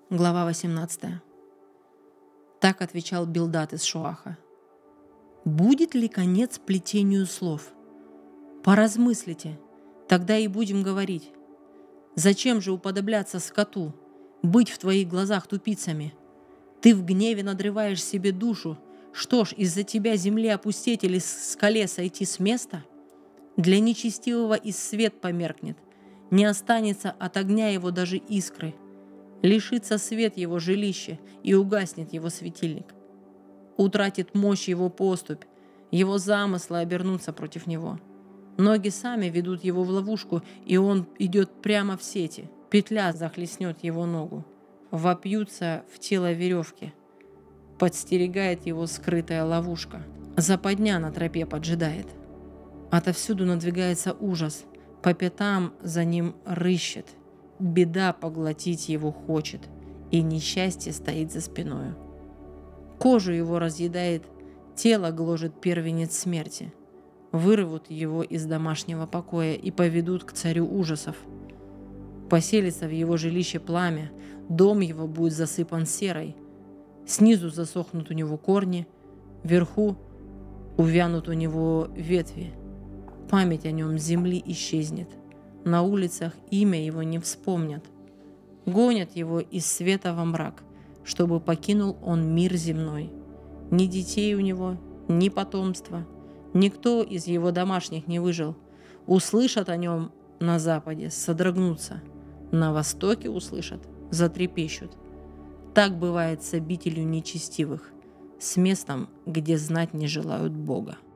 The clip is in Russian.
Глава 18. Так отвечал Билдад из Шуаха. «Будет ли конец плетению слов? Поразмыслите, тогда и будем говорить. Зачем же уподобляться скоту, быть в твоих глазах тупицами? Ты в гневе надрываешь себе душу. Что ж, из-за тебя земле опустеть или скале сойти с места? Для нечестивого и свет померкнет, не останется от огня его даже искры. Лишится свет его жилища, и угаснет его светильник. Утратит мощь его поступь, его замыслы обернутся против него. Ноги сами ведут его в ловушку, и он идет прямо в сети. Петля захлестнет его ногу. Вопьются в тело веревки. Подстерегает его скрытая ловушка. Западня на тропе поджидает. Отовсюду надвигается ужас. По пятам за ним рыщет. Беда поглотить его хочет, и несчастье стоит за спиною. Кожу его разъедает, тело гложет первенец смерти. Вырвут его из домашнего покоя и поведут к царю ужасов. Поселится в его жилище пламя, дом его будет засыпан серой. Снизу засохнут у него корни, вверху увянут у него ветви. Память о нем с земли исчезнет. На улицах имя его не вспомнят. Гонят его из света во мрак, чтобы покинул он мир земной. Ни детей у него, ни потомства. Никто из его домашних не выжил. Услышат о нем на западе, содрогнутся. На востоке услышат, затрепещут. Так бывает с обителью нечестивых, с местом, где знать не желают Бога.